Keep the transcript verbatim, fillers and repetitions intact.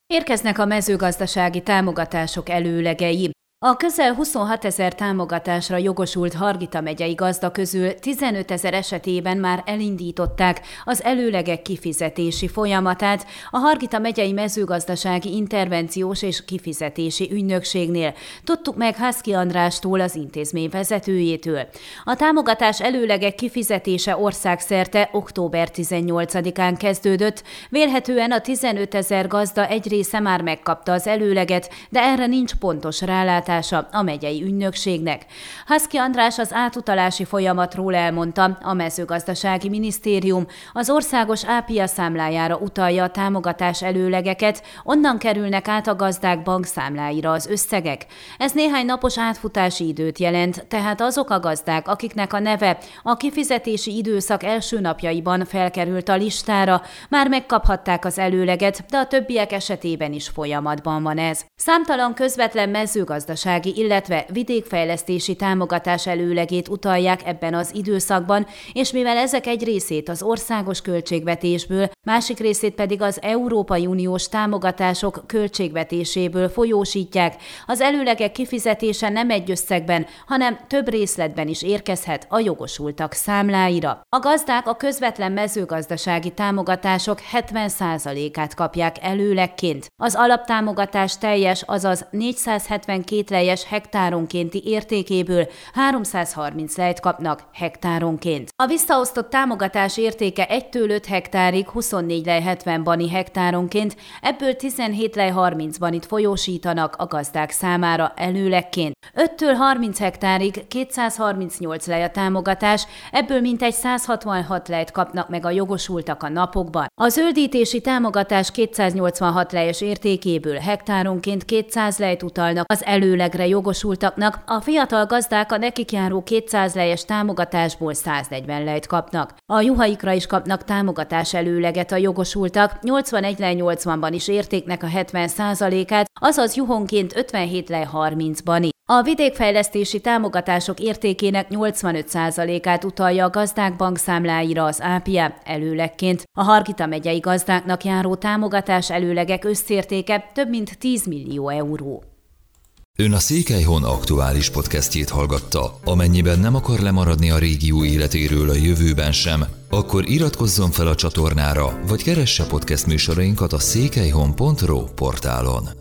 Érkeznek a mezőgazdasági támogatások előlegei. A közel huszonhat ezer támogatásra jogosult Hargita megyei gazda közül tizenöt ezer esetében már elindították az előlegek kifizetési folyamatát a Hargita megyei mezőgazdasági intervenciós és kifizetési ügynökségnél. Tudtuk meg Haszki Andrástól, az intézmény vezetőjétől. A támogatás előlegek kifizetése országszerte október tizennyolcadikán kezdődött. Vélhetően a tizenöt ezer gazda egy része már megkapta az előleget, de erre nincs pontos rálátás a megyei ügynökségnek. Haszki András az átutalási folyamatról elmondta, a mezőgazdasági minisztérium az országos ápia számlájára utalja a támogatás előlegeket, onnan kerülnek át a gazdák bankszámláira az összegek. Ez néhány napos átfutási időt jelent, tehát azok a gazdák, akiknek a neve a kifizetési időszak első napjaiban felkerült a listára, már megkaphatták az előleget, de a többiek esetében is folyamatban van ez. Számtalan közvetlen mezőgazdasági illetve vidékfejlesztési támogatás előlegét utalják ebben az időszakban, és mivel ezek egy részét az országos költségvetésből, másik részét pedig az Európai Uniós támogatások költségvetéséből folyósítják, az előlegek kifizetése nem egy összegben, hanem több részletben is érkezhet a jogosultak számláira. A gazdák a közvetlen mezőgazdasági támogatások hetven százalékát kapják előlegként. Az alaptámogatás teljes, azaz négyszázhetvenkét lejes hektáronkénti értékéből háromszázharminc lejt kapnak hektáronként. A visszaosztott támogatás értéke egytől öt hektárig huszonnégy lej hetven bani hektáronként, ebből tizenhét lej harminc banit folyósítanak a gazdák számára előlegként. öttől harminc hektárig kétszázharmincnyolc lej a támogatás, ebből mintegy száz hatvanhat lejt kapnak meg a jogosultak a napokban. A zöldítési támogatás kétszáznyolcvanhat lejes értékéből hektáronként kétszáz lejt utalnak az előlegre jogosultaknak, a fiatal gazdák a nekik járó kétszáz lejes támogatásból száznegyven lejt kapnak. A juhaikra is kapnak támogatás előleget a jogosultak, nyolcvanegy lej nyolcvanban is értéknek a hetven százalékát, azaz juhonként ötvenhét lej harminc bani. A vidékfejlesztési támogatások értékének nyolcvanöt százalékát utalja a gazdák bankszámláira az ápia előlegként. A Hargita megyei gazdáknak járó támogatás előlegek összértéke több mint tíz millió euró. Ön a Székelyhon aktuális podcastjét hallgatta. Amennyiben nem akar lemaradni a régió életéről a jövőben sem, akkor iratkozzon fel a csatornára, vagy keresse podcast műsorainkat a székelyhon pont ro portálon.